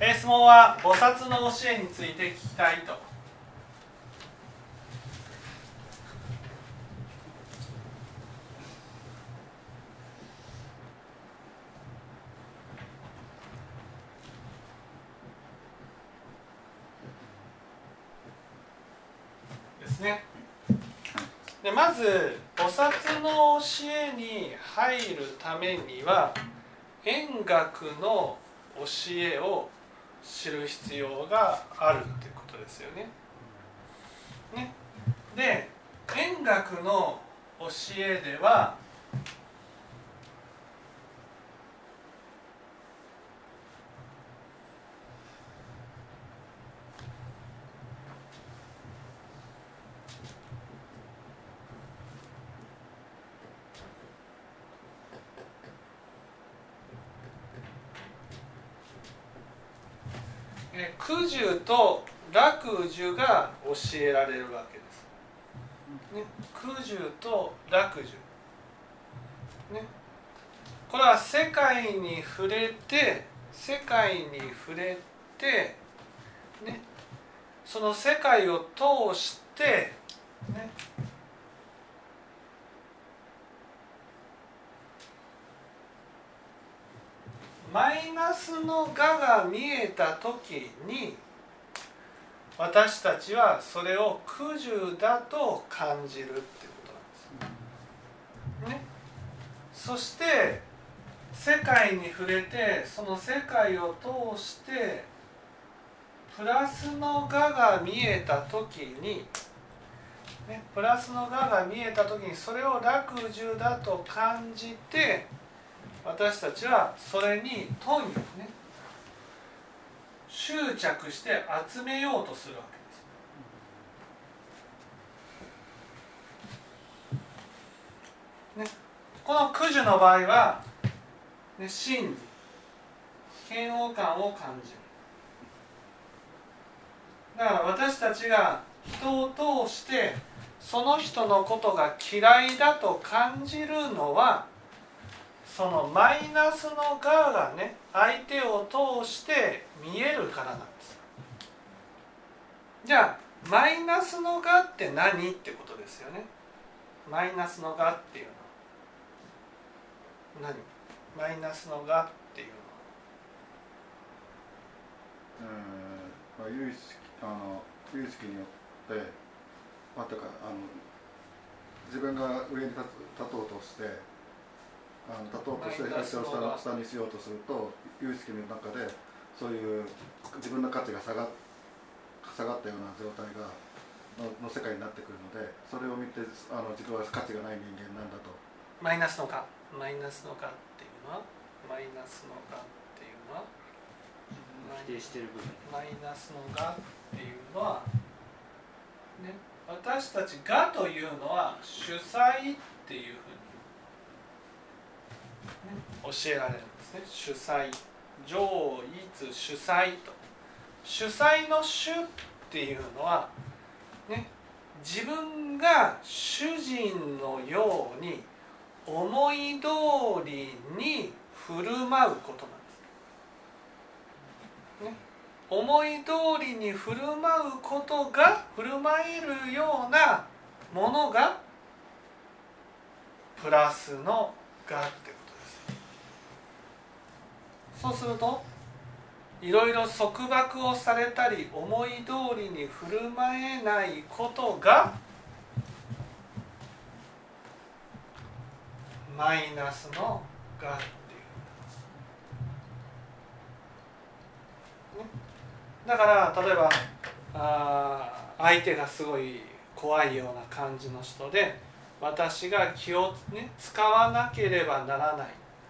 質問は菩薩の教えについて聞きたいと。ですね。でまず菩薩の教えに入るためには円覚の教えを知る必要があるってことですよね。で円覚の教えでは苦樹と楽樹が教えられるわけです。苦樹と楽樹、これは世界に触れて、その世界を通して、マイナスの我が見えた時に私たちはそれを苦樹だと感じるっていうことなんです。そして世界に触れて、その世界を通してプラスの我が見えた時に、それを楽樹だと感じて、私たちはそれにとにかく執着して集めようとするわけです。この苦樹の場合は、真理、嫌悪感を感じる。だから私たちが人を通してその人のことが嫌いだと感じるのは、そのマイナスの我が相手を通して見えるからなんです。じゃあマイナスの我って何ってことですよね。マイナスの我っていうのは何？マイナスの我っていうのは、 有意識によって、自分が上に立とうとして相手を下にしようとすると、有意識の中でそういう自分の価値が下がったような状態の世界になってくるので、それを見て自分は価値がない人間なんだと。 マイナスの我っていうのは否定している部分。 マイナスの我っていうのは、私たち我というのは主宰っていうふうに教えられるんですね。主宰、上一主宰と。主宰の主っていうのは、自分が主人のように思い通りに振る舞うことなんです。思い通りに振る舞えるようなものがプラスの我ってことです。そうするといろいろ束縛をされたり思い通りに振る舞えないことがマイナスの我っていう、だから例えば相手がすごい怖いような感じの人で、私が気を、使わなければなら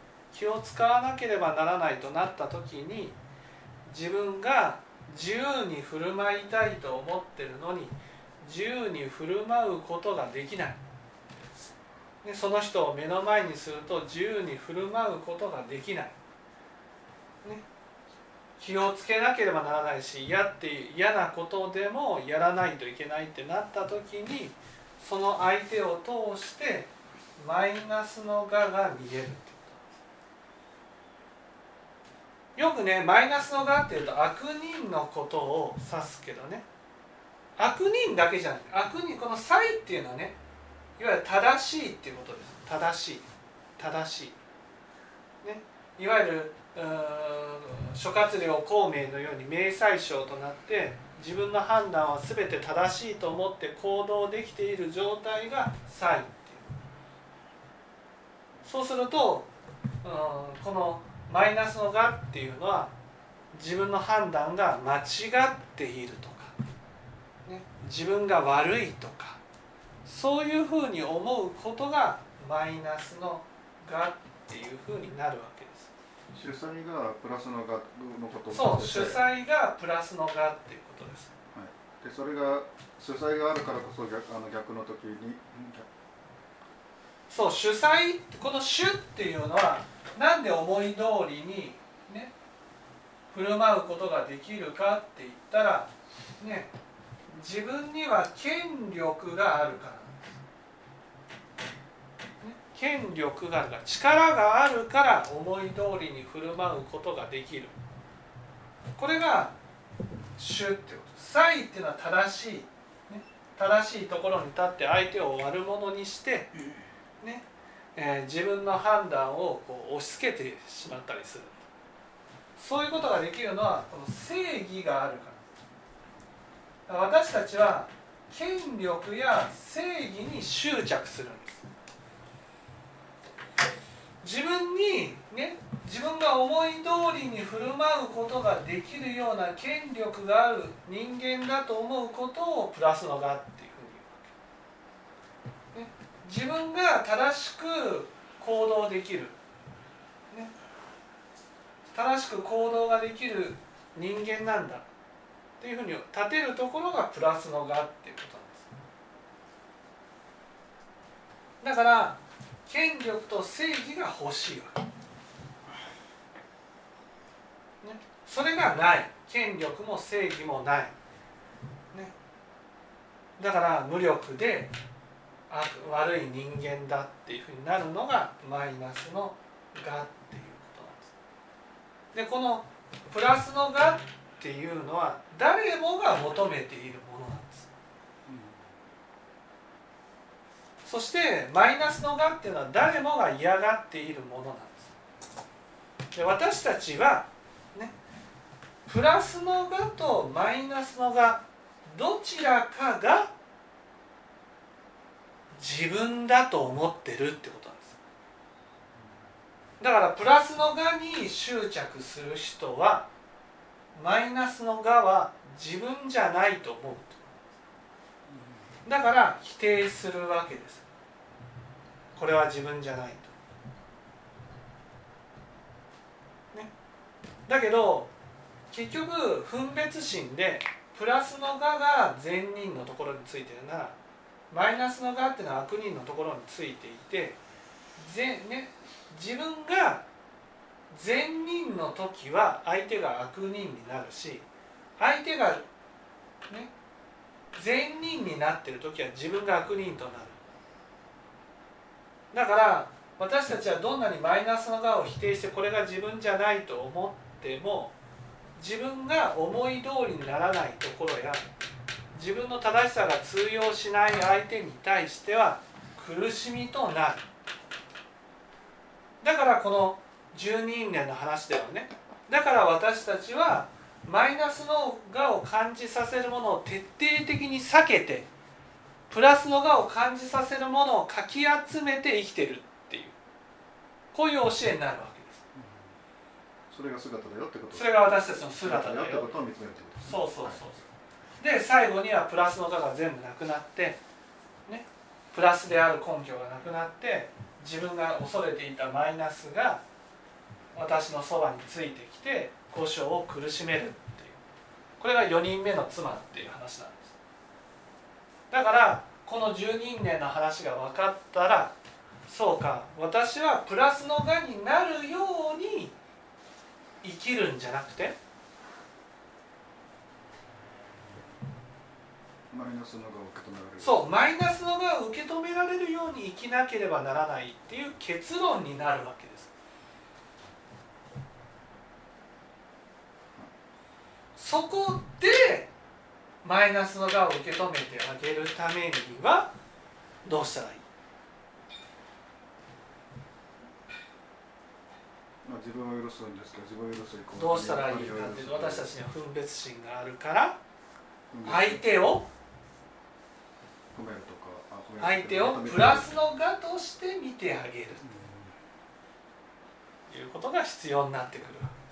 ないとなった時に、自分が自由に振る舞いたいと思ってるのに自由に振る舞うことができない。その人を目の前にすると自由に振る舞うことができない。気をつけなければならないし、嫌なことでもやらないといけないってなった時に、その相手を通してマイナスの我が見えるってこと。 よくねマイナスのがっていうと悪人のことを指すけどね、悪人だけじゃない、悪人、この才っていうのはねいわゆる正しいっていうことです。正しい、ね、いわゆる諸葛亮孔明のように明宰相となって自分の判断は全て正しいと思って行動できている状態が才っていう。そうするとこのマイナスのがっていうのは自分の判断が間違っているとか、ね、自分が悪いとかそういうふうに思うことがマイナスのがっていうふうになるわけです。 主催がプラスのがのことをそう、主催がプラスのがっていうことです。 はい、でそれが主催があるからこそ逆の時にそう、主催、この主っていうのはなんで思い通りにね振る舞うことができるかって言ったらね、自分には権力があるからなんです、ね、権力があるから、力があるから思い通りに振る舞うことができる。これが主ってこと。才っていうのは正しい、ね、正しいところに立って相手を悪者にしてね、自分の判断をこう押し付けてしまったりする。そういうことができるのはこの正義があるから。私たちは権力や正義に執着するんです。自分にね、自分が思い通りに振る舞うことができるような権力がある人間だと思うことをプラスのがっていうふうに言うわけ、ね、自分が正しく行動できる、ね、正しく行動ができる人間なんだっていうふうに立てるところがプラスのがっていうことなんです。だから権力と正義が欲しいわけ、ね、それがない。権力も正義もない、ね、だから無力で悪い人間だっていうふうになるのがマイナスのがっていうことなんです。でこのプラスのがっていうのは誰もが求めているものなんです。そしてマイナスのがっていうのは誰もが嫌がっているものなんです。で私たちはね、プラスのがとマイナスのがどちらかが自分だと思ってるってことなんです。だからプラスのがに執着する人はマイナスのがは自分じゃないと思う。だから否定するわけです。これは自分じゃないと、ね、だけど結局分別心でプラスのがが善人のところについてるならマイナスのがっていうのは悪人のところについていて、ね、自分が善人の時は相手が悪人になるし、相手が、ね、善人になっている時は自分が悪人となる。だから私たちはどんなにマイナスのがを否定してこれが自分じゃないと思っても、自分が思い通りにならないところや自分の正しさが通用しない相手に対しては苦しみとなる。だからこの十二因縁の話ではね、だから私たちはマイナスのがを感じさせるものを徹底的に避けてプラスのがを感じさせるものをかき集めて生きてるっていう、こういう教えになるわけです。 それが姿だよってこと。 それが私たちの姿だよってことを見つめるってことですね。 そうそうそう。で最後にはプラスのがが全部なくなって、ね、プラスである根拠がなくなって自分が恐れていたマイナスが私のそばについてきて五章を苦しめるっていう、これが4人目の妻っていう話なんです。だからこの十人年の話が分かったら、そうか、私はプラスのがになるように生きるんじゃなくてマイナスのが受け止められる。 そう、マイナスのがを受け止められるように生きなければならないっていう結論になるわけです。 そこでマイナスの側を受け止めてあげるためにはどうしたらいい？ まあ、自分を許すんですけど、自分を許すイコールどうしたらいいかっていうと、私たちには分別心があるから相手を褒めるとか、 相手をプラスの我として見てあげるということが必要になってくる。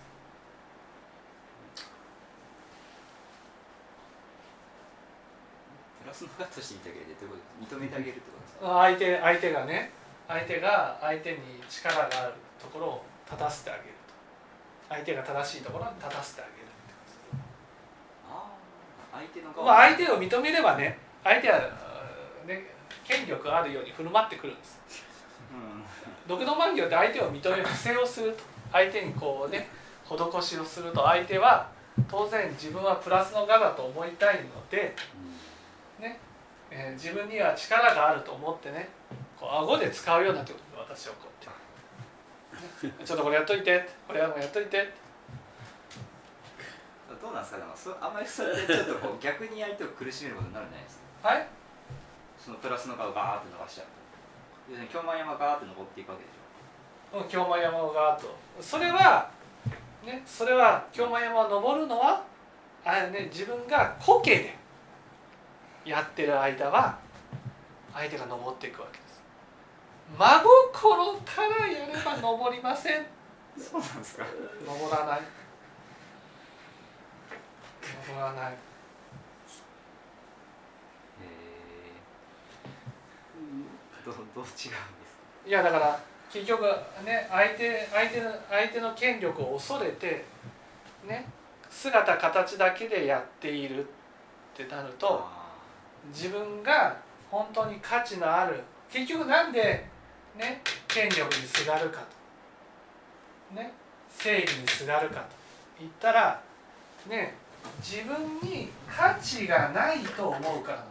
プラスの我として見てあげるってどういうこと？認めてあげるってことですか？ 相手がね、相手に力があるところを立たせてあげると、相手が正しいところに立たせてあげるってことです。 相手のまあ、相手を認めればね、相手は、ね、権力あるように振る舞ってくるんです。六度万行って相手を認め不正をすると、相手にこうね施しをすると、相手は当然自分はプラスの我だと思いたいので、ね自分には力があると思ってね、こう顎で使うようになってくる。私をこうやって、ね、ちょっとこれやっといて、これやっといて。 どうなんですか？でもあんまりそれでちょっとこう逆に相手を苦しめることになるんじゃないですか？ はい。 そのプラスの側をガーッと伸ばしちゃう。要するに京満山がガーッと登っていくわけでしょ。 京満山をガーッと。それは京満山を登るのは自分がコケでやってる間は相手が登っていくわけです。真心からやれば登りません。 そうなんですか？ 登らない。登らない。 どう違うんですか？ いやだから結局ね、相手の権力を恐れてね、姿形だけでやっているってなると、自分が本当に価値のある、結局なんでね権力にすがるかとね、正義にすがるかと言ったらね、自分に価値がないと思うからなんです。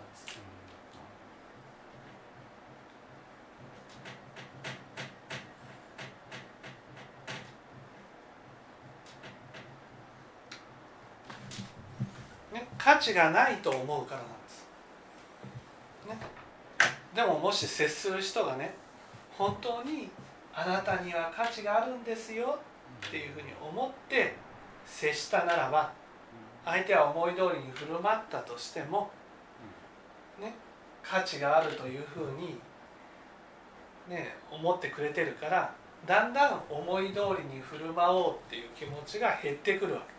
ね、価値がないと思うからなんです、ね、でももし接する人がね、本当にあなたには価値があるんですよっていうふうに思って接したならば、相手は思い通りに振る舞ったとしても、ね、価値があるというふうに、ね、思ってくれてるから、だんだん思い通りに振る舞おうっていう気持ちが減ってくるわけです。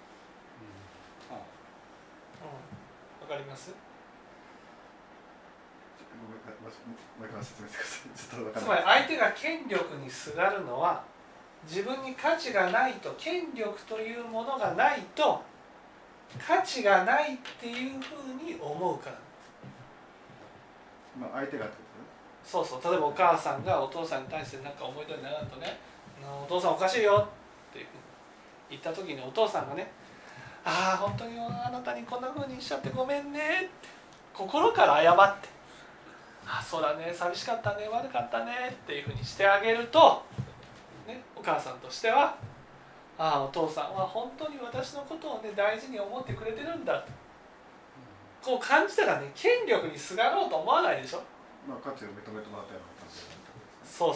わかります？ もう一回説明してください。 つまり相手が権力にすがるのは、自分に価値がないと、権力というものがないと価値がないっていうふうに思うから。 まあ相手がってことですね。そうそう。例えばお母さんがお父さんに対して何か思い通りにならんとね、お父さんおかしいよっていうふうに言った時に、お父さんがね、ああ本当にあなたにこんなふうにしちゃってごめんねって心から謝って、ああそうだね、寂しかったね、悪かったねっていうふうにしてあげると、ね、お母さんとしては、ああお父さんは本当に私のことをね大事に思ってくれてるんだとこう感じたらね、権力にすがろうと思わないでしょ。 まあ価値を認めてもらったような感じで。 そう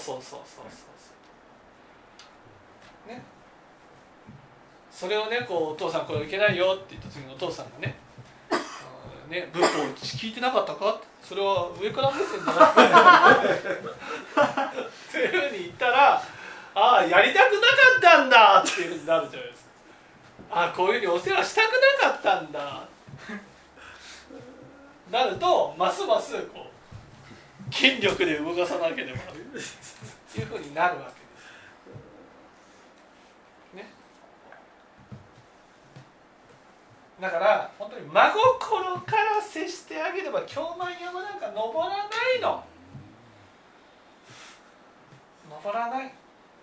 ね、それをね、こうお父さんこれいけないよって言った時に、お父さんがね文法聞いてなかったかって、それは上から目線じゃないっていうふうに言ったら、ああやりたくなかったんだっていうふうになるじゃないですか。ああこういうふうにお世話したくなかったんだなると、ますますこう権力で動かさなければというふうになるわけですね。だから本当に真心から接してあげれば、京満山なんか登らないの。登らない。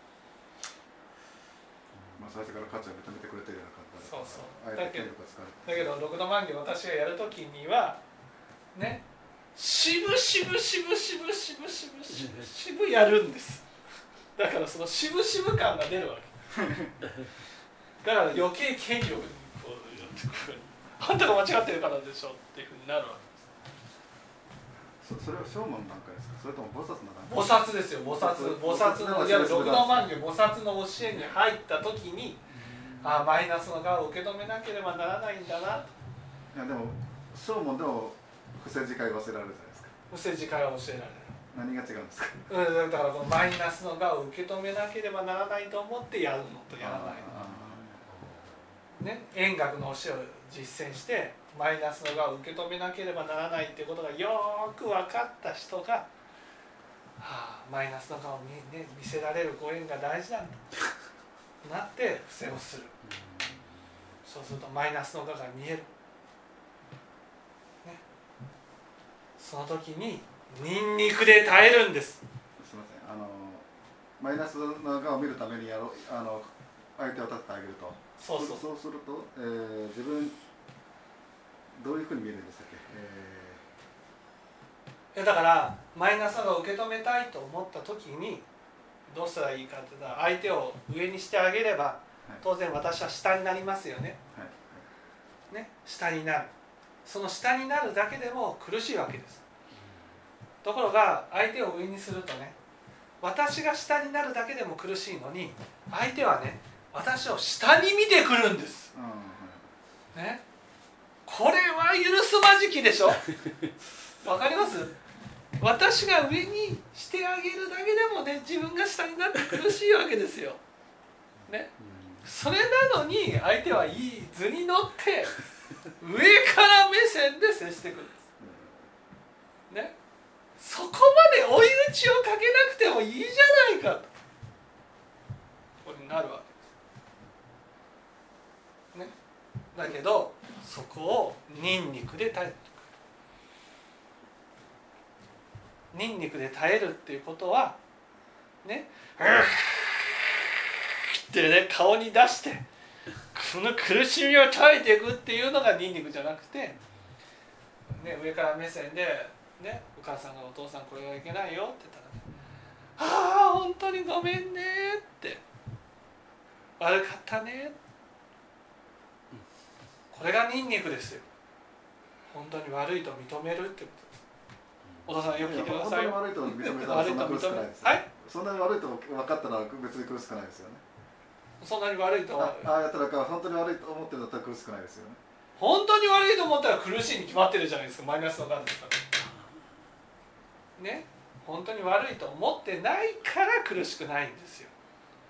まあ最初から価値を認めてくれてるような感じだから。 そうだけど六度万行私がやるときにはね、しぶしぶやるんです。だからそのしぶしぶ感が出るわけだから余計権力にこうあんたが間違ってるからでしょっていうふうになるわけです。 それは正門なんかですか、それとも菩薩の段階？ 菩薩ですよ。菩薩のいわゆる六道万行菩薩の教えに入った時に、ああマイナスの側を受け止めなければならないんだなと。 いやでも正門でも不正自戒が教えられるじゃないですか。 不正自戒を教えられる。 何が違うんですか？ だからこのマイナスの側を受け止めなければならないと思ってやるのとやらないの、ね、円覚の教えを実践してマイナスの側を受け止めなければならないっていうことがよーく分かった人が、マイナスの側を見せられるご縁が大事なんだとなって伏せをする。そうするとマイナスの側が見える、ね、その時にニンニクで耐えるんです。 すみません、マイナスの側を見るために相手を立ててあげると、そうすると、自分どういうふうに見えるんでしたっけ？ だからマイナスの側を受け止めたいと思った時にどうしたらいいかって言ったら、相手を上にしてあげれば当然私は下になりますよね。ね、下になる。その下になるだけでも苦しいわけです。ところが相手を上にするとね、私が下になるだけでも苦しいのに、相手はね私を下に見てくるんです、ね、これは許すまじきでしょ。わかります？私が上にしてあげるだけでもね、自分が下になって苦しいわけですよ、ね、それなのに相手はいい図に乗って上から目線で接してくるんです、ね、そこまで追い打ちをかけなくてもいいじゃないかとこれになるわけです、ね、だけどそこをニンニクで耐える。ニンニクで耐えるっていうことはね、ってね顔に出してこの苦しみを耐えていくっていうのがニンニクじゃなくて、ね、上から目線で、ね、お母さんがお父さんこれはいけないよって言ったらね、ああ本当にごめんねって悪かったね、これがニンニクですよ。本当に悪いと認めるってことです。お父さんよく聞いてくださいよ。 本当に悪いと認めたらそんな苦しくないですよ、はい、そんなに悪いと分かったら別に苦しくないですよね。そんなに悪いとやったら本当に悪いと思ってるんだったら苦しくないですよね。 本当に悪いと思ったら苦しいに決まってるじゃないですか。マイナスの側ですからね。本当に悪いと思ってないから苦しくないんですよ。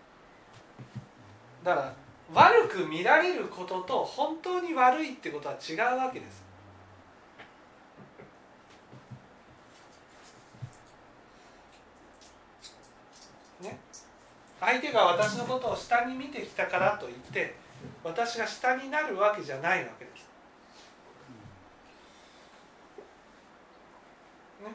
だから悪く見られることと本当に悪いってことは違うわけです。ね、相手が私のことを下に見てきたからといって私が下になるわけじゃないわけです、ね、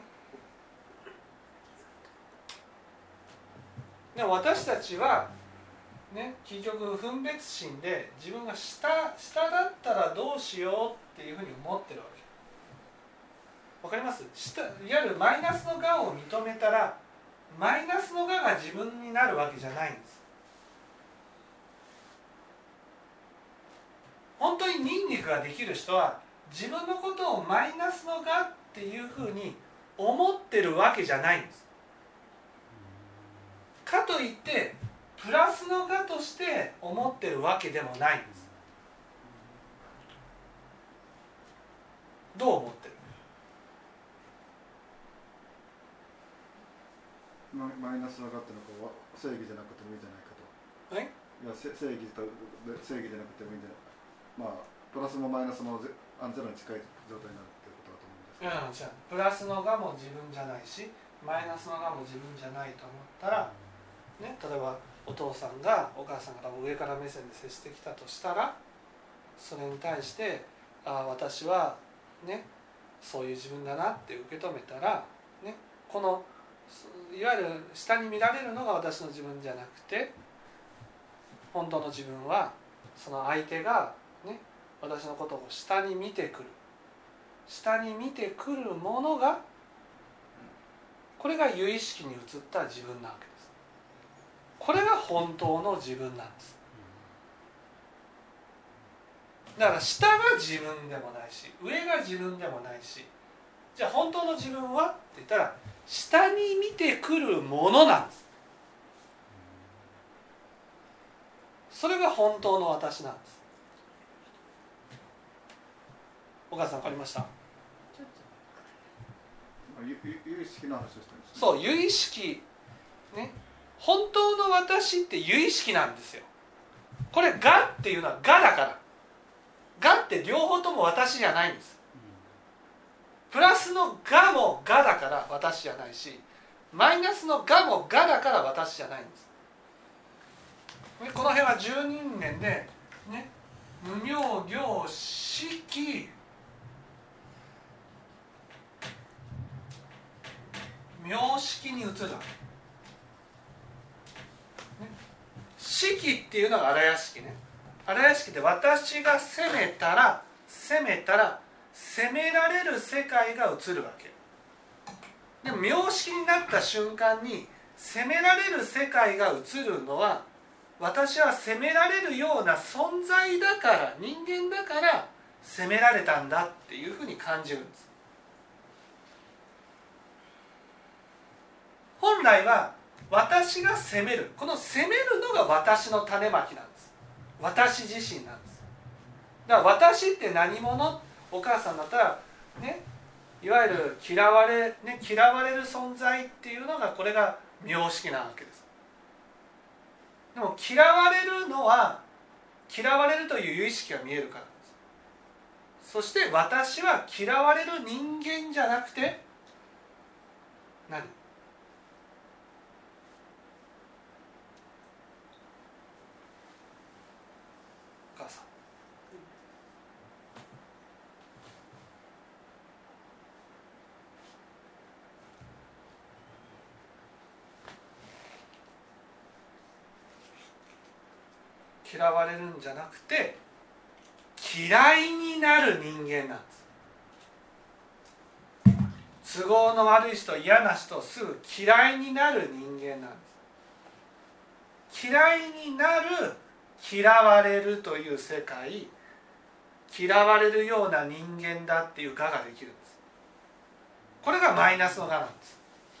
でも私たちは、ね、結局分別心で自分が下だったらどうしようっていうふうに思ってるわけ。わかります？いわゆるマイナスの側を認めたらマイナスの側が自分になるわけじゃないんです。本当にニンニクができる人は自分のことをマイナスの側っていうふうに思ってるわけじゃないんです。かといってプラスの側として思ってるわけでもないんです。どう思ってる？ マイナスの側っていうのは正義じゃなくてもいいんじゃないかと。 はい？ いや正義じゃなくてもいいんじゃないか。まあプラスもマイナスもゼロに近い状態になるっていうことだと思うんですけど。 じゃあプラスの側も自分じゃないしマイナスの側も自分じゃないと思ったら、ね、例えばお父さんがお母さんから上から目線で接してきたとしたらそれに対して私はねそういう自分だなって受け止めたら、ね、このいわゆる下に見られるのが私の自分じゃなくて本当の自分はその相手が、ね、私のことを下に見てくるものがこれが有意識に移った自分なわけです。これが本当の自分なんです。 だから下が自分でもないし上が自分でもないし、じゃあ本当の自分はって言ったら下に見てくるものなんです。それが本当の私なんです。お母さん分かりました？ 有意識の話をしてるんですね。 そう、有意識ね。本当の私って有意識なんですよ。これ我っていうのは我だから。我って両方とも私じゃないんです。プラスの我も我だから私じゃないし、マイナスの我も我だから私じゃないんです。この辺は十人年で、ね、無明行識名式に移るわけ、ね、式っていうのが荒屋敷ね。荒屋敷で私が攻めたら攻められる世界が移るわけ。でも名式になった瞬間に攻められる世界が移るのは、私は責められるような存在だから、人間だから責められたんだっていうふうに感じるんです。本来は私が責める、この責めるのが私の種まきなんです。私自身なんです。だから私って何者、お母さんだったらね、いわゆる嫌われる存在っていうのが、これが名式なわけです。でも嫌われるのは、嫌われるという有意識が見えるからです。そして私は嫌われる人間じゃなくて何？お母さん。嫌われるんじゃなくて嫌いになる人間なんです。都合の悪い人、嫌な人をすぐ嫌いになる人間なんです。嫌いになる、嫌われるという世界、嫌われるような人間だっていう我ができるんです。これがマイナスの我なんです。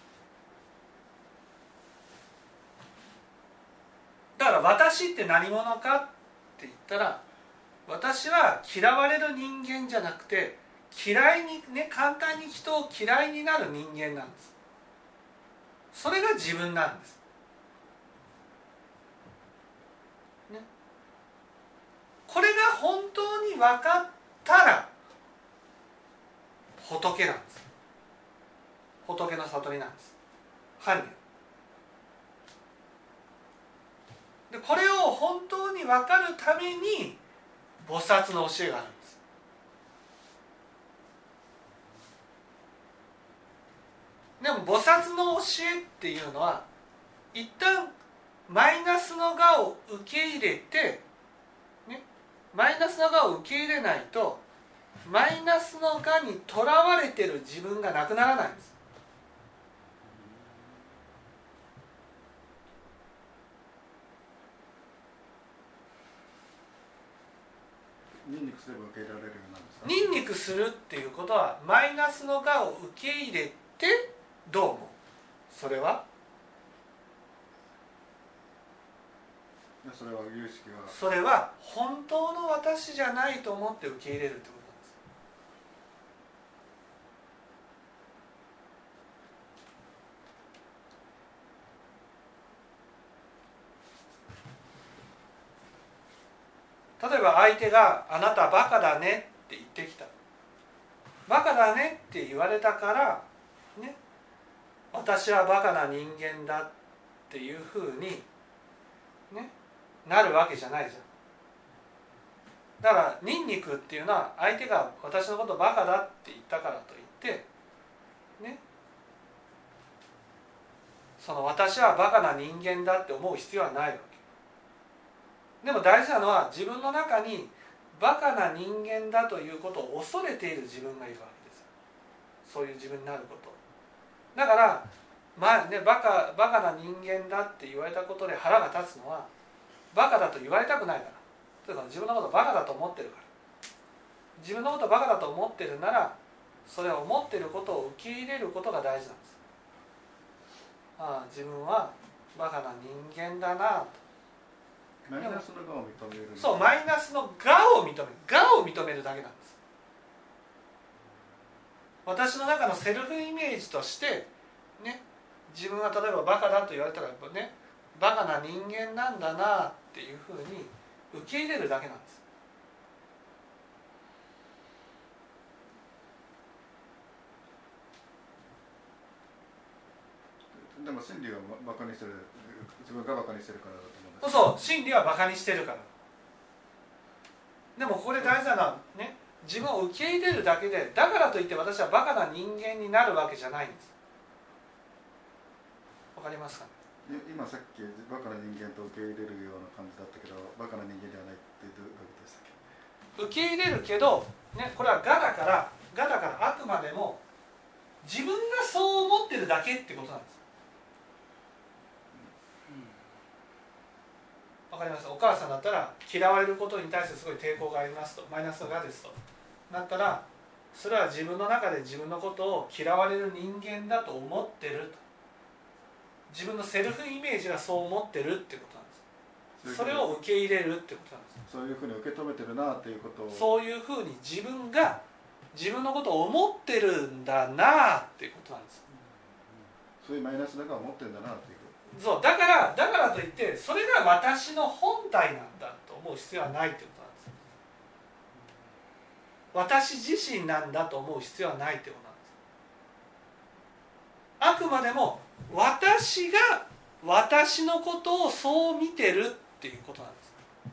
だから私って何者かって言ったら、私は嫌われる人間じゃなくて嫌いにね、簡単に人を嫌いになる人間なんです。それが自分なんです、ね、これが本当に分かったら仏なんです。仏の悟りなんです。般若で、これを本当に分かるために菩薩の教えがあるんです。でも菩薩の教えっていうのは、一旦マイナスの我を受け入れて、ね、マイナスの我を受け入れないと、マイナスの我にとらわれてる自分がなくならないんです。 ニンニクすれば受け入れられるようになるんですか？ ニンニクするっていうことは、マイナスの我を受け入れて、どう思う？それは？ それは有意識が、 それは本当の私じゃないと思って受け入れるってことなんです。例えば相手があなたバカだねって言ってきた。バカだねって言われたからね、私はバカな人間だっていうふうにね、なるわけじゃないじゃん。だからニンニクっていうのは、相手が私のことバカだって言ったからといってね、その私はバカな人間だって思う必要はないわけ。でも大事なのは、自分の中にバカな人間だということを恐れている自分がいるわけです。そういう自分になることだから、バカな人間だって言われたことで腹が立つのは、バカだと言われたくないから。というか自分のことバカだと思ってるか自分のことをバカだと思ってるなら、それを思ってることを受け入れることが大事なんです。ああ、自分はバカな人間だなと。 マイナスの我を認める。 そう、マイナスの我を認める。我を認めるだけなんです。私の中のセルフイメージとしてね、自分は例えばバカだと言われたらね、バカな人間なんだなっていうふうに受け入れるだけなんです。 でも真理はバカにしてる、自分がバカにしてるからだと思うんです。 そう、真理はバカにしてるから。でもここで大事なのはね、自分を受け入れるだけで、だからといって私はバカな人間になるわけじゃないんです。わかりますかね。 今さっきバカな人間と受け入れるような感じだったけど、バカな人間ではないってどういうことでしたっけ？ 受け入れるけど、ね、これは我だからあくまでも自分がそう思ってるだけってことなんです。わかります。お母さんだったら嫌われることに対してすごい抵抗がありますと、マイナスの我ですとなったら、それは自分の中で自分のことを嫌われる人間だと思ってると、自分のセルフイメージがそう思ってるってことなんです。それを受け入れるってことなんです。 そういうふうに受け止めてるなっていうことを、 そういうふうに自分が自分のことを思ってるんだなっていうことなんです。 そういうマイナスながを持ってるんだなっていう。 そう、だからといってそれが私の本体なんだと思う必要はないってことなんです。私自身なんだと思う必要はないってことなんです。あくまでも私が私のことをそう見てるっていうことなんです。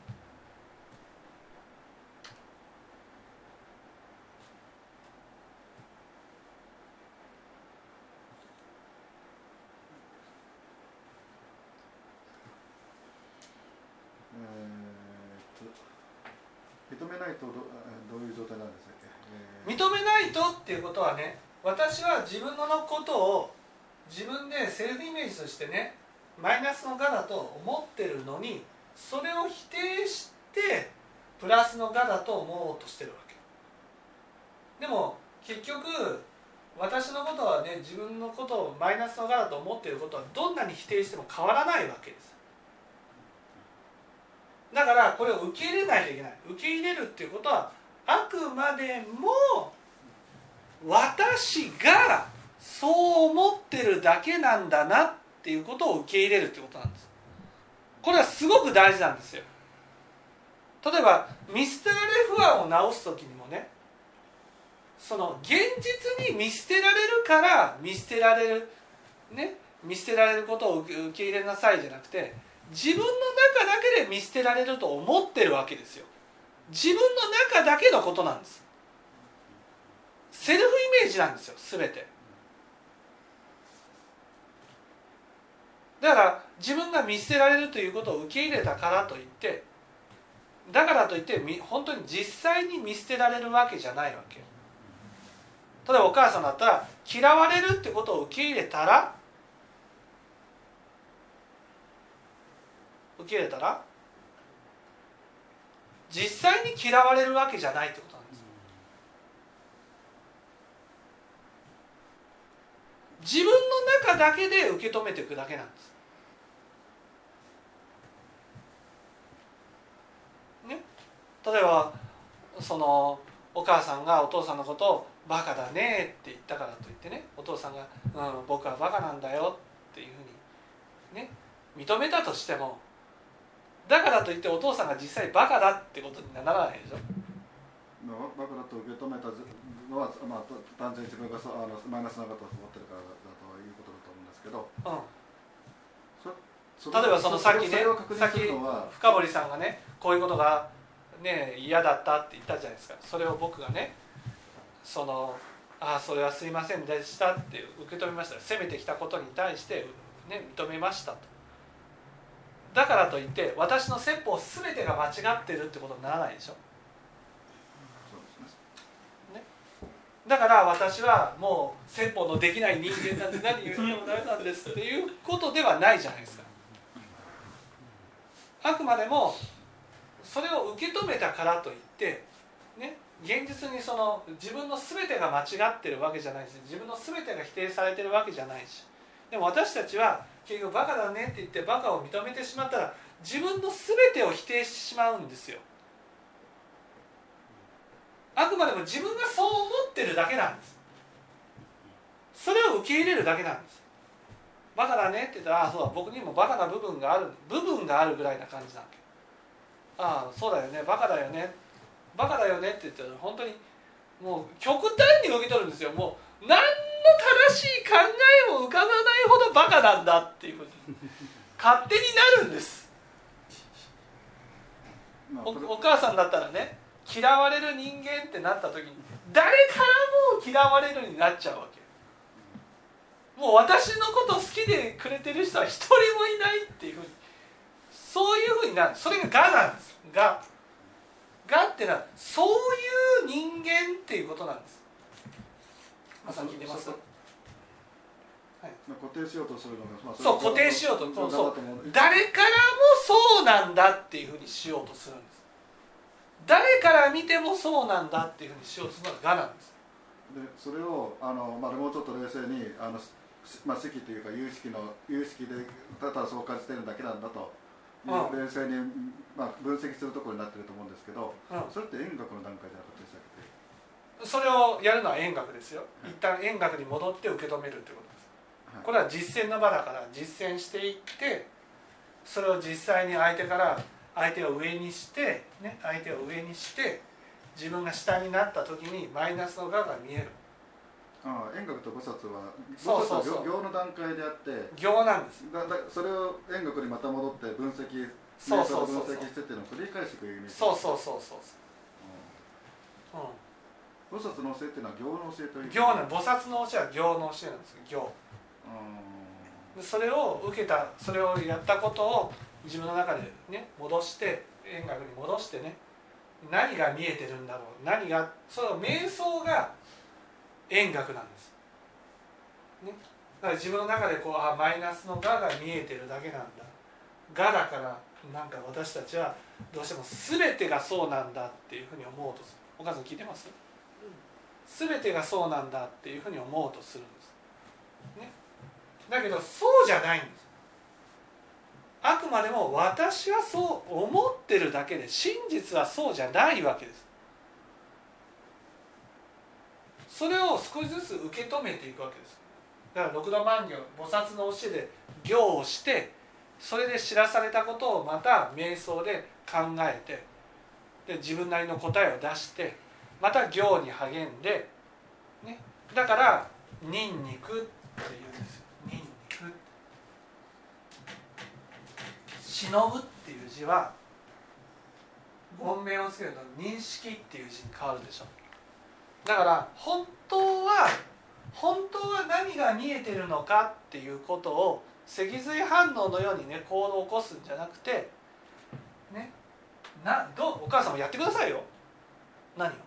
認めないとどういう状態なんですか？ 認めないとっていうことはね、私は自分のことを自分でセルフイメージとしてね、マイナスの我だと思ってるのに、それを否定してプラスの我だと思おうとしてるわけ。でも結局私のことはね、自分のことをマイナスの我だと思っていることはどんなに否定しても変わらないわけです。だからこれを受け入れないといけない。受け入れるっていうことは、あくまでも私がそう思ってるだけなんだなっていうことを受け入れるってことなんです。これはすごく大事なんですよ。例えば見捨てられ不安を直す時にもね、その現実に見捨てられるから見捨てられるね、見捨てられることを受け入れなさいじゃなくて、自分の中だけで見捨てられると思ってるわけですよ。自分の中だけのことなんです。セルフイメージなんですよ、全て。だから自分が見捨てられるということを受け入れたからといって、だからといって本当に実際に見捨てられるわけじゃないわけ。例えばお母さんだったら嫌われるってことを受け入れたら実際に嫌われるわけじゃないってことなんです。自分の中だけで受け止めていくだけなんです、ね、例えばそのお母さんがお父さんのことをバカだねって言ったからといってね、お父さんが、僕はバカなんだよっていうふうにね認めたとしても、だからといってお父さんが実際バカだってことにならないでしょ。 バカだと受け止めたのは、単純に自分がマイナスなことを思ってるからだということだと思うんですけど、 例えばそのさっき深堀さんがね、こういうことが、ね、嫌だったって言ったじゃないですか。それを僕がね、それはすいませんでしたって受け止めました。責めてきたことに対して、ね、認めましたと。だからといって私の説法全てが間違ってるってことにならないでしょ。ね、だから私はもう説法のできない人間なんで何言ってもダメなんですっていうことではないじゃないですか。あくまでもそれを受け止めたからといって、ね、 現実にその自分の全てが間違ってるわけじゃないし、自分の全てが否定されてるわけじゃないし、でも私たちは結局バカだねって言ってバカを認めてしまったら自分の全てを否定してしまうんですよ。あくまでも自分がそう思ってるだけなんです。それを受け入れるだけなんです。バカだねって言ったら、ああそうだ、僕にもバカな部分があるぐらいな感じなんだけど、ああそうだよね、バカだよねって言ったら本当にもう極端に受け取るんですよ。もう何の正しい考えも浮かばないほどバカなんだっていうふうに勝手になるんです。お母さんだったらね、嫌われる人間ってなった時に誰からも嫌われるようになっちゃうわけ。もう私のこと好きでくれてる人は一人もいないっていうふうに、そういうふうになる。それが我なんです。我ってのはそういう人間っていうことなんです。まさに聞いてます？はい、 固定しようとするのが、 そう固定しようと、そう誰からもそうなんだっていうふうにしようとするんです。誰から見てもそうなんだっていうふうにしようとするのが我なんです。 でそれをもうちょっと冷静に識というか有意識でただそう感じてるだけなんだという、冷静に、分析するところになってると思うんですけど、それって円学の段階じゃなかったでしたっけ？ それをやるのは円学ですよ。一旦円学に戻って受け止めるってことです。これは実践の場だから実践していって、それを実際に相手を上にして、ね、相手を上にして自分が下になった時にマイナスの我が見える。 円学と菩薩は行の段階であって行なんです。 それを円学にまた戻って分析してっていうのを繰り返していくイメージ。 そう、 菩薩の教えっていうのは行の教えという行なん、菩薩の教えは行の教えなんですよ。行。それを受けた、それをやったことを自分の中でね戻して円学に戻してね、何が見えてるんだろう、その瞑想が円学なんです、ね、だから自分の中でマイナスの我が見えてるだけなんだ、我だからなんか私たちはどうしても全てがそうなんだっていうふうに思おうとする。お母さん聞いてます？全てがそうなんだっていうふうに思おうとするんです、ね、だけどそうじゃないんです。あくまでも私はそう思ってるだけで、真実はそうじゃないわけです。それを少しずつ受け止めていくわけです。だから六度万行、菩薩の教えで行をして、それで知らされたことをまた瞑想で考えて、で自分なりの答えを出して、また行に励んで、ね、だから忍肉っていうんですよ。忍肉、忍ぶっていう字は言名をつけると認識っていう字に変わるでしょ。だから本当は何が見えてるのかっていうことを脊髄反応のようにね行動を起こすんじゃなくてね、お母さんもやってくださいよ。何を？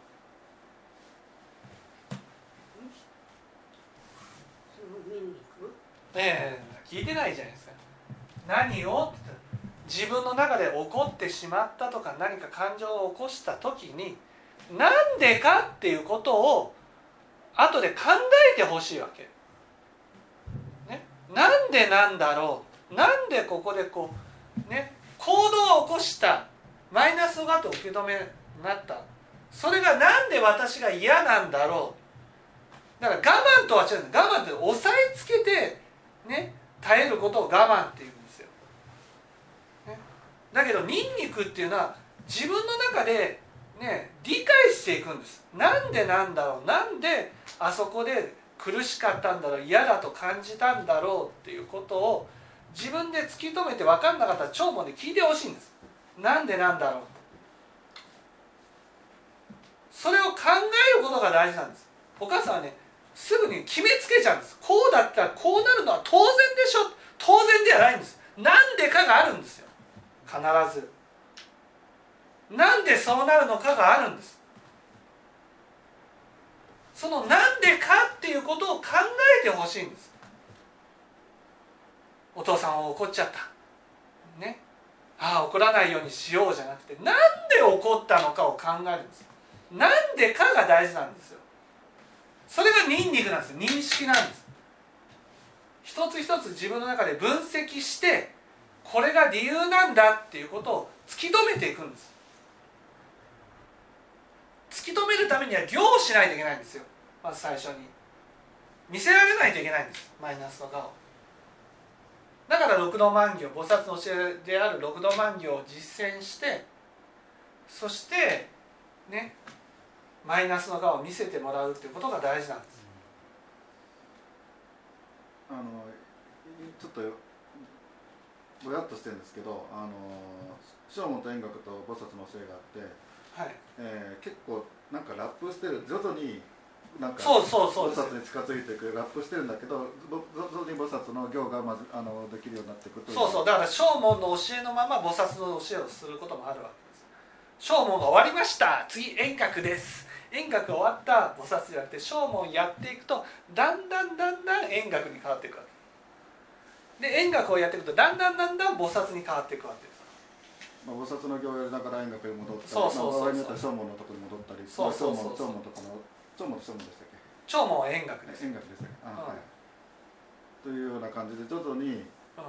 聞いてないじゃないですか。何を？自分の中で起こってしまったとか何か感情を起こした時になんでかっていうことを後で考えてほしいわけ、ね、なんでなんだろう、なんでここで行動を起こしたマイナスがと受け止めになった、それがなんで私が嫌なんだろう。だから我慢とは違う。我慢って押さえつけて、ね、耐えることを我慢っていうんですよ、ね、だけどニンニクっていうのは自分の中でね、理解していくんです。なんでなんだろう、なんであそこで苦しかったんだろう、嫌だと感じたんだろうっていうことを自分で突き止めて、分かんなかったら聴聞で聞いてほしいんです。なんでなんだろう、それを考えることが大事なんです。お母さんはねすぐに決めつけちゃうんです。こうだったらこうなるのは当然でしょ。当然ではないんです。なんでかがあるんですよ。必ずなんでそうなるのかがあるんです。そのなんでかっていうことを考えてほしいんです。お父さんは怒っちゃったね、怒らないようにしようじゃなくて、なんで怒ったのかを考えるんです。 なんでかが大事なんですよ。それがニンニクなんですよ。認識なんです。一つ一つ自分の中で分析して、これが理由なんだっていうことを突き止めていくんです。突き止めるためには行をしないといけないんですよ。まず最初に見せられないといけないんです、マイナスの我を。だから六度万行、菩薩の教えである六度万行を実践して、そしてね、マイナスの我を見せてもらうっていうことが大事なんです。 ちょっとぼやっとしてるんですけど、正門と円覚と菩薩の教えがあって、 はい、 結構なんかラップしてる、徐々になんかそう菩薩に近づいていく、ラップしてるんだけど、徐々に菩薩の行がまずできるようになっていくという。 そうそう、だから正門の教えのまま菩薩の教えをすることもあるわけです。正門が終わりました、次円覚です。円覚が終わった菩薩じゃなくて、正門やっていくとだんだん円覚に変わっていくわけで、円覚をやっていくとだんだん菩薩に変わっていくわけです。 菩薩の行をやりながら円覚に戻ったり、 そう場合によっては正門のところに戻ったり、正門とかの正門でしたっけ？ 正門は円覚です。 円覚ですね。はい。というような感じで徐々に、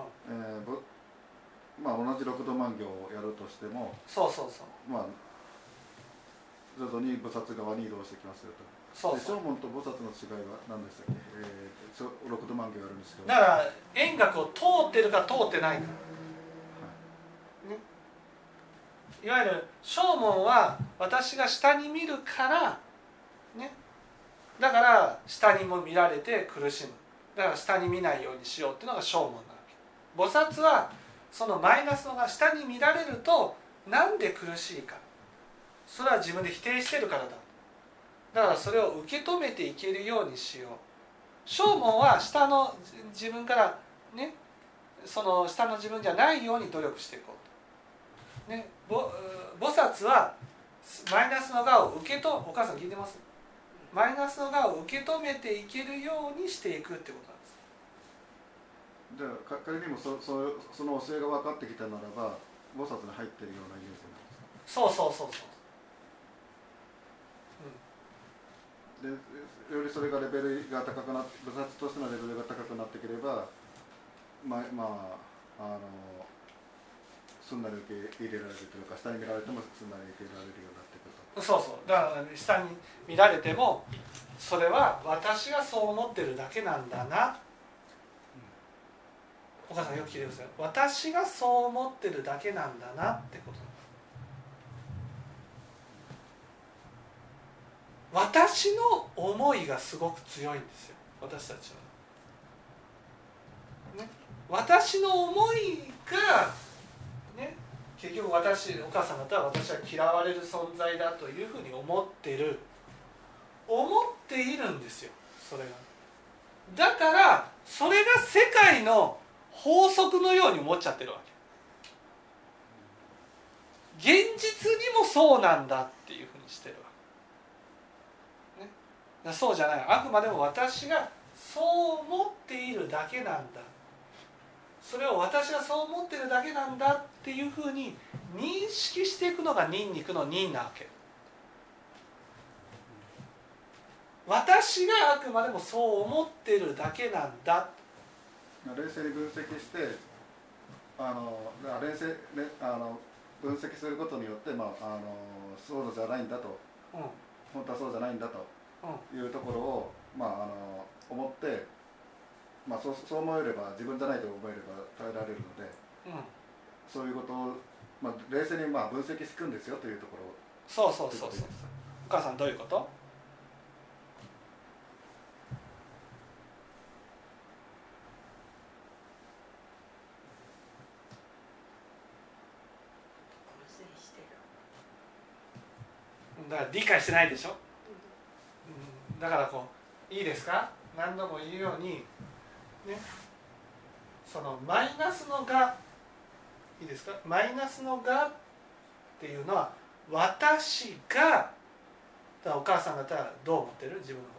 まあ同じ六度万行をやるとしても、まあ徐々に菩薩側に移動してきますよと。正門と菩薩の違いは何でしたっけ？六度万行やるんですけど。 だから円覚を通ってるか通ってないか。ね、いわゆる正門は私が下に見るからね、だから下にも見られて苦しむ、だから下に見ないようにしようっていうのが正門なわけ。菩薩はそのマイナスのが下に見られるとなんで苦しいか、それは自分で否定してるからだ。だからそれを受け止めていけるようにしよう。正門は下の自分からね、その下の自分じゃないように努力していこうと、ね、菩薩はマイナスの我をお母さん聞いてます？マイナスの我を受け止めていけるようにしていくってことなんです。 じゃあ仮にもその教えが分かってきたならば菩薩に入ってるようなイメージなんですか？ そう、 でよりそれがレベルが高くなって、菩薩としてのレベルが高くなってくれば、すんなり受け入れられるというか、下に見られてもすんなり受け入れられるようになってくると。 そうだから下に見られてもそれは私がそう思ってるだけなんだな、お母さんよく聞いてください。私がそう思ってるだけなんだなってこと。私の思いがすごく強いんですよ、私たちは、ね、私の思いが、ね、結局お母さん方は私は嫌われる存在だというふうに思っているんですよ、それが。だからそれが世界の法則のように思っちゃってるわけ。現実にもそうなんだっていうふうにしてるわけ、ね、そうじゃない、あくまでも私がそう思っているだけなんだ、それを私がそう思っているだけなんだっていうふうに認識していくのがニンニクのニンなわけ。私があくまでもそう思っているだけなんだ。 冷静に分析して、分析することによって、そうじゃないんだと、本当はそうじゃないんだというところを、思って、そう思えれば、自分じゃないと思えれば耐えられるので、そういうことを、冷静に分析していくんですよというところ。 そう。お母さんどういうこと？だから理解してないでしょ、だからいいですか、何度も言うように、ね、そのマイナスの我、いいですか、マイナスの我っていうのは私が、だからお母さん方はどう思ってる？自分のこと。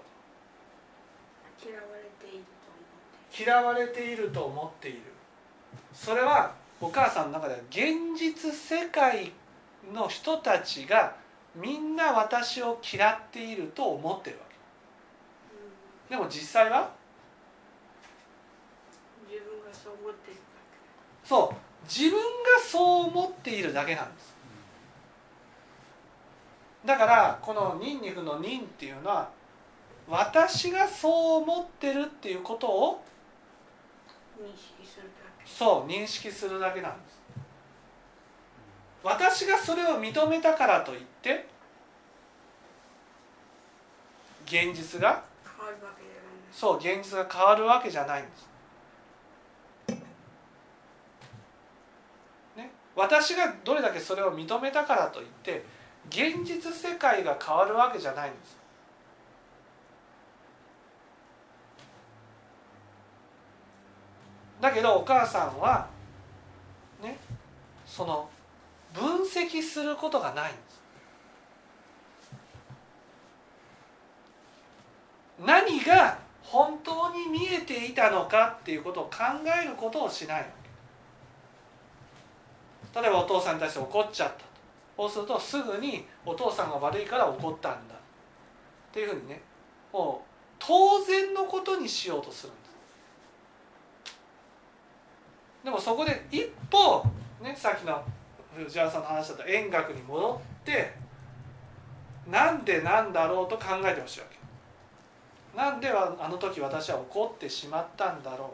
嫌われていると思っている。それはお母さんの中では現実世界の人たちがみんな私を嫌っていると思ってるわけ。でも実際は自分がそう思っているだけ。 そう自分がそう思っているだけなんです。だからこのニンニクのニンっていうのは私がそう思ってるっていうことを認識するだけ。 そう認識するだけなんです。私がそれを認めたからといって現実が変わるわけじゃない。 そう現実が変わるわけじゃないんです、ね、私がどれだけそれを認めたからといって現実世界が変わるわけじゃないんです。だけどお母さんはねその分析することがないんです。何が本当に見えていたのかっていうことを考えることをしないわけ。例えばお父さんに対して怒っちゃったと。そうするとすぐにお父さんが悪いから怒ったんだっていうふうにねもう当然のことにしようとするんです。でもそこで一歩、ね、さっきの藤原さんの話だった円覚に戻ってなんでなんだろうと考えてほしいわけ。なんであの時私は怒ってしまったんだろ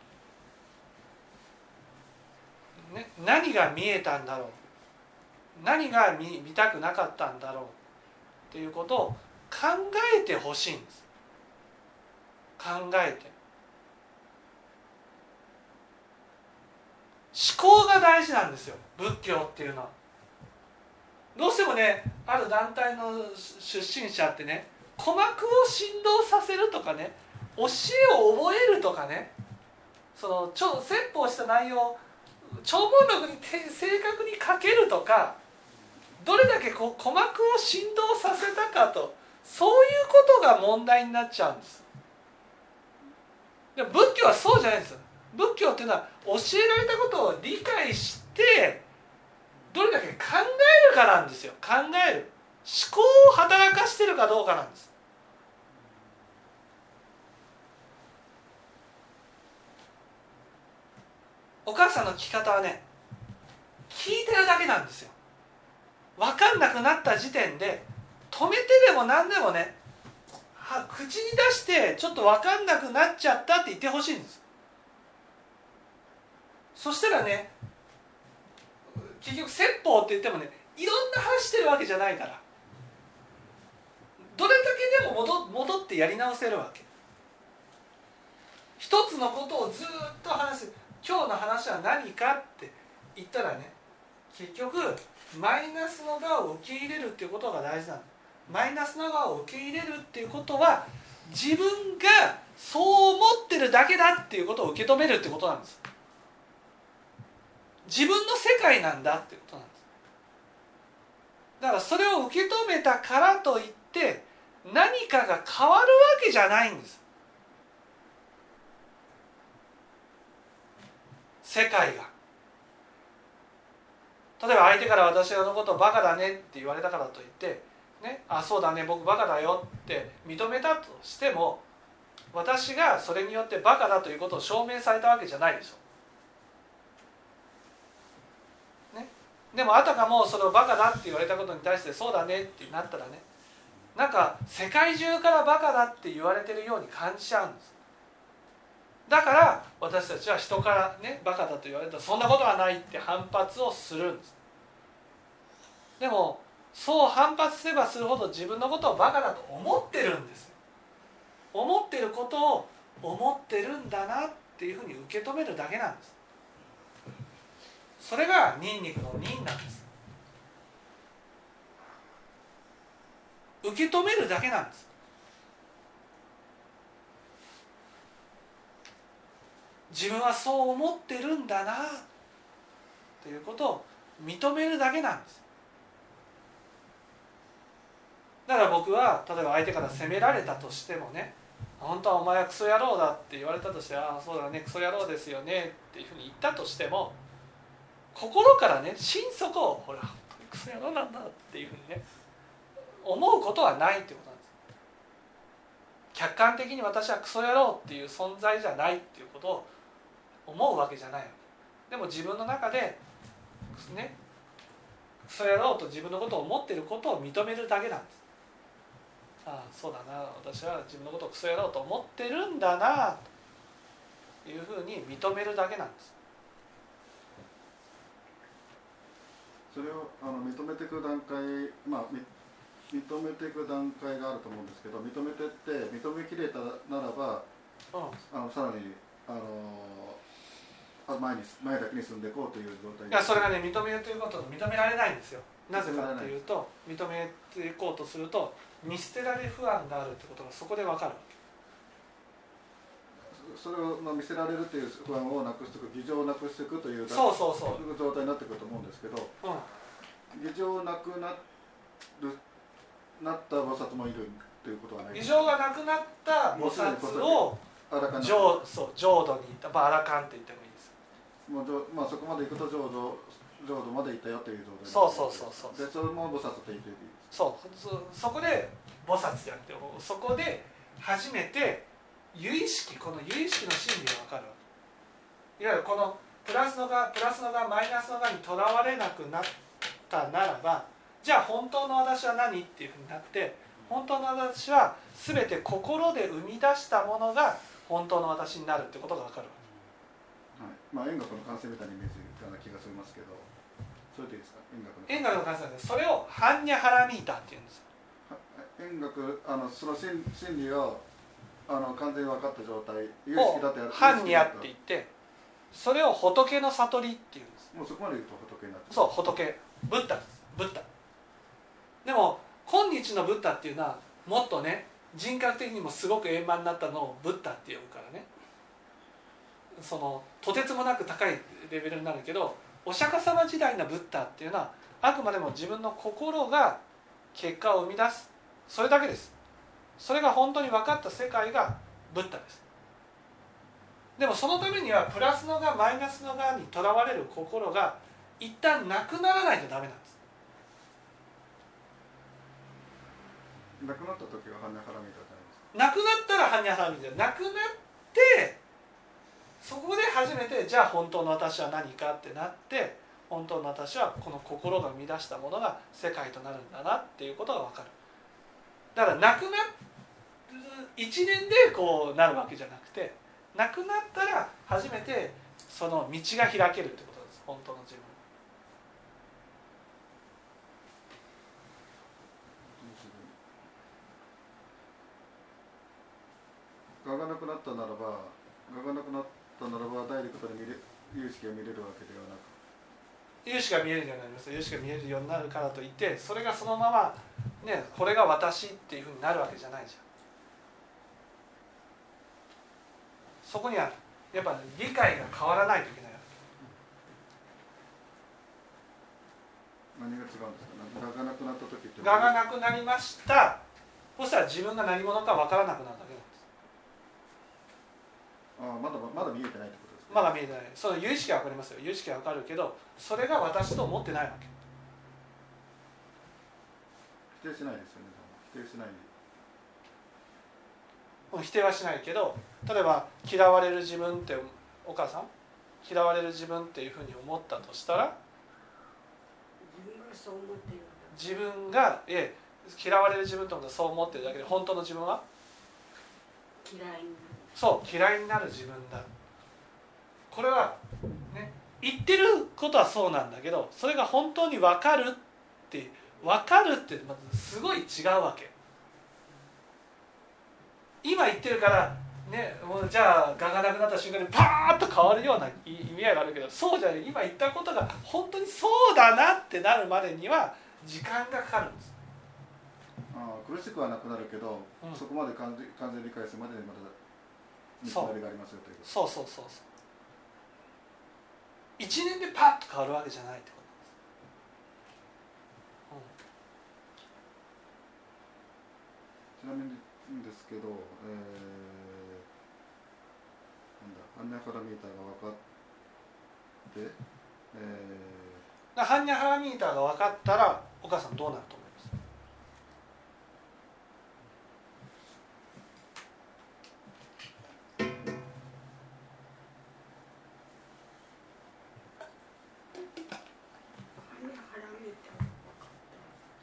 う、ね、何が見えたんだろう、何が 見たくなかったんだろうっていうことを考えてほしいんです。考えて思考が大事なんですよ仏教っていうのは。どうしてもねある団体の出身者ってね鼓膜を振動させるとかね教えを覚えるとかねその説法した内容を長文録に正確に書けるとかどれだけ鼓膜を振動させたかとそういうことが問題になっちゃうんです。でも仏教はそうじゃないんですよ。仏教っていうのは教えられたことを理解してどれだけ考えるかなんですよ。考える思考を働かしてるかどうかなんです。お母さんの聞き方はね聞いてるだけなんですよ。分かんなくなった時点で止めてでも何でもね口に出してちょっと分かんなくなっちゃったって言ってほしいんです。そしたらね結局説法って言ってもねいろんな話してるわけじゃないからどれだけでも戻ってやり直せるわけ。一つのことをずっと話す。今日の話は何かって言ったらね結局マイナスの側を受け入れるっていうことが大事なの。マイナスの側を受け入れるっていうことは自分がそう思ってるだけだっていうことを受け止めるってことなんです。自分の世界なんだっていうことなんです。だからそれを受け止めたからといって何かが変わるわけじゃないんです。世界が例えば相手から私のことをバカだねって言われたからといってね、あそうだね僕バカだよって認めたとしても私がそれによってバカだということを証明されたわけじゃないでしょ、ね、でもあたかもそのバカだって言われたことに対してそうだねってなったらねなんか世界中からバカだって言われてるように感じちゃうんです。だから私たちは人からねバカだと言われたらそんなことはないって反発をするんです。でもそう反発すればするほど自分のことをバカだと思ってるんです。思ってることを思ってるんだなっていうふうに受け止めるだけなんです。それがニンニクのニンなんです。受け止めるだけなんです。自分はそう思ってるんだなということを認めるだけなんです。だから僕は例えば相手から責められたとしてもね本当はお前はクソ野郎だって言われたとしてああそうだねクソ野郎ですよねっていうふうに言ったとしても心からね心底ほらクソ野郎なんだっていうふうにね思うことはないっていうことなんです。客観的に私はクソ野郎っていう存在じゃないっていうことを思うわけじゃないわけでも自分の中でねクソ野郎と自分のことを思っていることを認めるだけなんです。ああそうだな、私は自分のことをクソ野郎と思ってるんだなというふうに認めるだけなんです。 それを認めていく段階、認めていく段階があると思うんですけど、認めてって認めきれたならば、さらに前だけに進んでいこうという状態。 いや、それがね、認めるということを認められないんですよ。なぜかというと、認めていこうとすると見捨てられ不安があるってことがそこで分かるわけ。 それを見せられるという不安をなくしていく、偽情をなくしていくという状態になってくると思うんですけど、偽情なくなった菩薩もいるということはないですか。 偽情がなくなった菩薩を浄土にいた、アラカンって言ってもいいです。 もうそこまで行くと浄土まで行ったよという状態で、それも菩薩と言っていいです。 そこで菩薩じゃなくて、そこで初めて由意識、この由意識の真理が分かるわけ。いわゆるこのプラスの側マイナスの側にとらわれなくなったならば、じゃあ本当の私は何っていうふうになって、本当の私は全て心で生み出したものが本当の私になるってことが分かるわけ。 円覚の完成みたいなイメージな気がしますけど、それでいいですか。 円覚の完成です。それをハンニャハラミータっていうんです。 円覚、その真理を完全に分かった状態、有意識だってハンニャって言って、それを仏の悟りっていうんです。 もうそこまで言うと仏になって、 そう、仏、ブッダです。ブッダ。でも今日のブッダっていうのはもっとね、人格的にもすごく円満になったのをブッダって呼ぶからね、とてつもなく高いレベルになるけど、お釈迦様時代のブッダっていうのはあくまでも自分の心が結果を生み出す、それだけです。それが本当に分かった世界がブッダです。でもそのためにはプラスの側マイナスの側にとらわれる心が一旦なくならないとダメなんです。 なくなった時がハンニャハラミータじゃないですか。 なくなったらハンニャハラミータ、なくなってそこで初めて、じゃあ本当の私は何かってなって、本当の私はこの心が生み出したものが世界となるんだなっていうことが分かる。だからなくなる一年でこうなるわけじゃなくて、なくなったら初めてその道が開けるってことです。本当の自分。 我がなくなったならば、ダイレクトに有意識が見れるわけではなく、 有意識が見えるようになります。有意識が見えるようになるからといって、それがそのままね、これが私っていうふうになるわけじゃないじゃん。そこにはやっぱ理解が変わらないといけないわ何が違うんですか。我がなくなった時って、 我がなくなりました。そしたら自分が何者か分からなくなるだけなんです。 まだ見えてないってことですか。 まだ見えてない。その有意識は分かりますよ。有意識は分かるけど、それが私と思ってないわけ。 否定しないですよね。否定しない。 否定はしないけど、例えば嫌われる自分って、お母さん嫌われる自分っていうふうに思ったとしたら、 自分がそう思っているんだ。 自分が嫌われる自分と思ってそう思ってるだけで、本当の自分は嫌いになる。 そう嫌いになる自分だ。これはね、言ってることはそうなんだけど、それが本当に分かるってまずすごい違うわけ。今言ってるからね、もうじゃあ我がなくなった瞬間にパーッと変わるような意味合いがあるけど、そうじゃない。今言ったことが本当にそうだなってなるまでには時間がかかるんです。 苦しくはなくなるけど、そこまで完全理解するまでにまだ道のりがありますよという。 そう。1年でパッと変わるわけじゃないってことなんです。 ちなみにですけど、ハンニャハラミーターが分かって、 ハンニャハラミーターが分かったら、お母さんどうなると思います？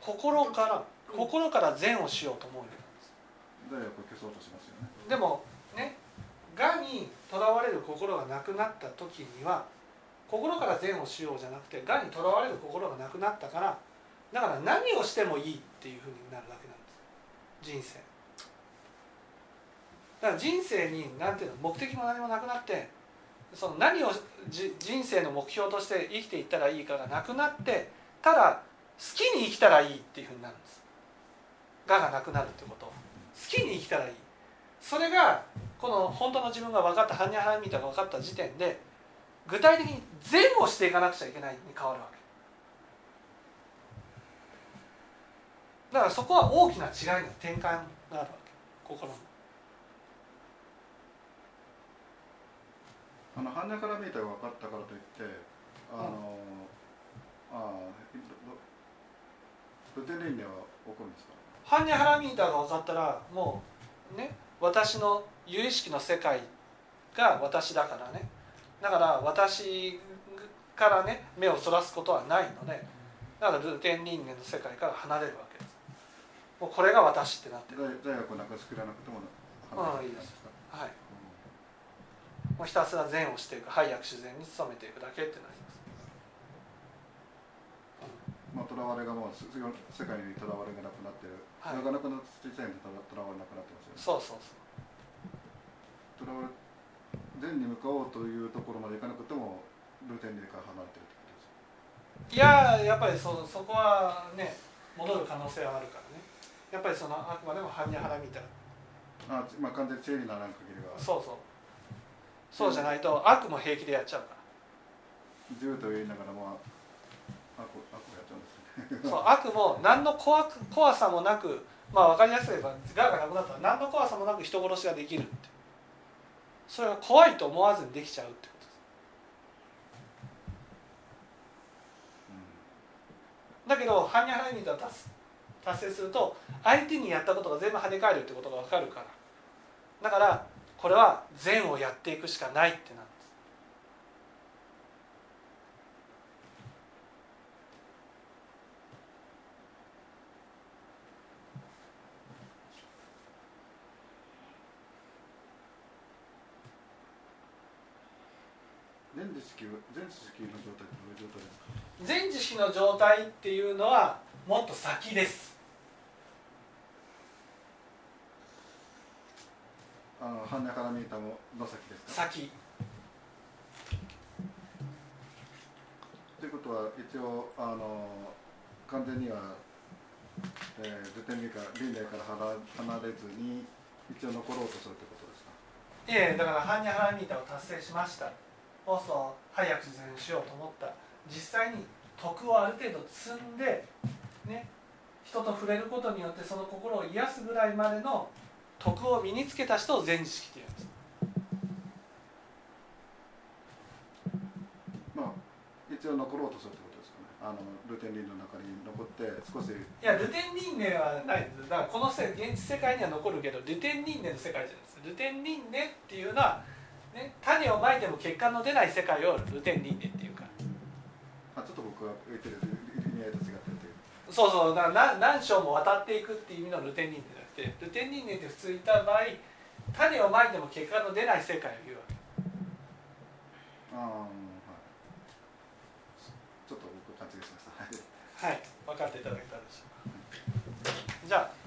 心から善をしようと思うようになるんです。 罪悪を消そうとしますよね。 でもね、我にとらわれる心がなくなった時には心から善をしようじゃなくて我にとらわれる心がなくなったから、だから何をしてもいいっていうふうになるわけなんです。人生だから人生に何ていうの目的も何もなくなって、その何を人生の目標として生きていったらいいかがなくなって、ただ好きに生きたらいいっていうふうになるんです。我がなくなるってことを好きに生きたらいい、それがこの本当の自分が分かった、般若波羅蜜多が分かった時点で具体的に善をしていかなくちゃいけないに変わるわけだから、そこは大きな違いの転換があるわけ、心の。 般若から見たが分かったからといってルテン輪廻は起こるんですか？ 般若波羅蜜多が分かったらもうね、私の有意識の世界が私だからね、だから私からね目をそらすことはないので、だからルテン輪廻の世界から離れるわけです。もうこれが私ってなってる。 罪悪をなくすくらなくてもいいです。はい。もうひたすら善をしていく、配薬自然に努めていくだけってなります。 とらわれがもう世界にとらわれがなくなってる。それがなくなって小さいのとらわれなくなってますよね。 そう。 とらわれ善に向かおうというところまでいかなくてもルテン輪廻から離れてるってことです。 いややっぱりそこはね戻る可能性はあるからね。やっぱりそのあくまでも般若波羅蜜多。 完全に知恵にならん限りは。 そうじゃないと悪も平気でやっちゃうから。 自由と言いながらも悪をやっちゃうんですね。 そう悪も何の怖さもなく、分かりやすく言えば我がなくなったら何の怖さもなく人殺しができるって、それが怖いと思わずにできちゃうってことです。だけど般若波羅蜜多達成すると相手にやったことが全部跳ね返るってことが分かるから、だからこれは善をやっていくしかないってなるんです。 全知識の状態ってどういう状態ですか？ 全知識の状態っていうのはもっと先です。 般若から見えたの先ですか？ 先。 ということは一応完全には、ルテン輪廻から離れずに一応残ろうとするということですか？ だから般若波羅蜜多を達成しました。そう早く自然にしようと思った。実際に徳をある程度積んで、ね、人と触れることによってその心を癒すぐらいまでの徳を身につけた人を全知識というんです。 一応残ろうとするということですかね。ルテン輪廻の中に残って少し。 いやルテン輪廻はないです。だからこの現実世界には残るけどルテン輪廻の世界じゃないです。ルテン輪廻っていうのは、ね、種をまいても結果の出ない世界をルテン輪廻っていうから。 ちょっと僕は言ってる意味合いと違ってるという。 そうだから何章も渡っていくっていう意味のルテン輪廻じゃなくて、ルテン輪廻って普通言った場合種をまいても結果の出ない世界を言うわけ。 ちょっと僕勘違いしました。 はい、分かっていただけたでしょうか。じゃあ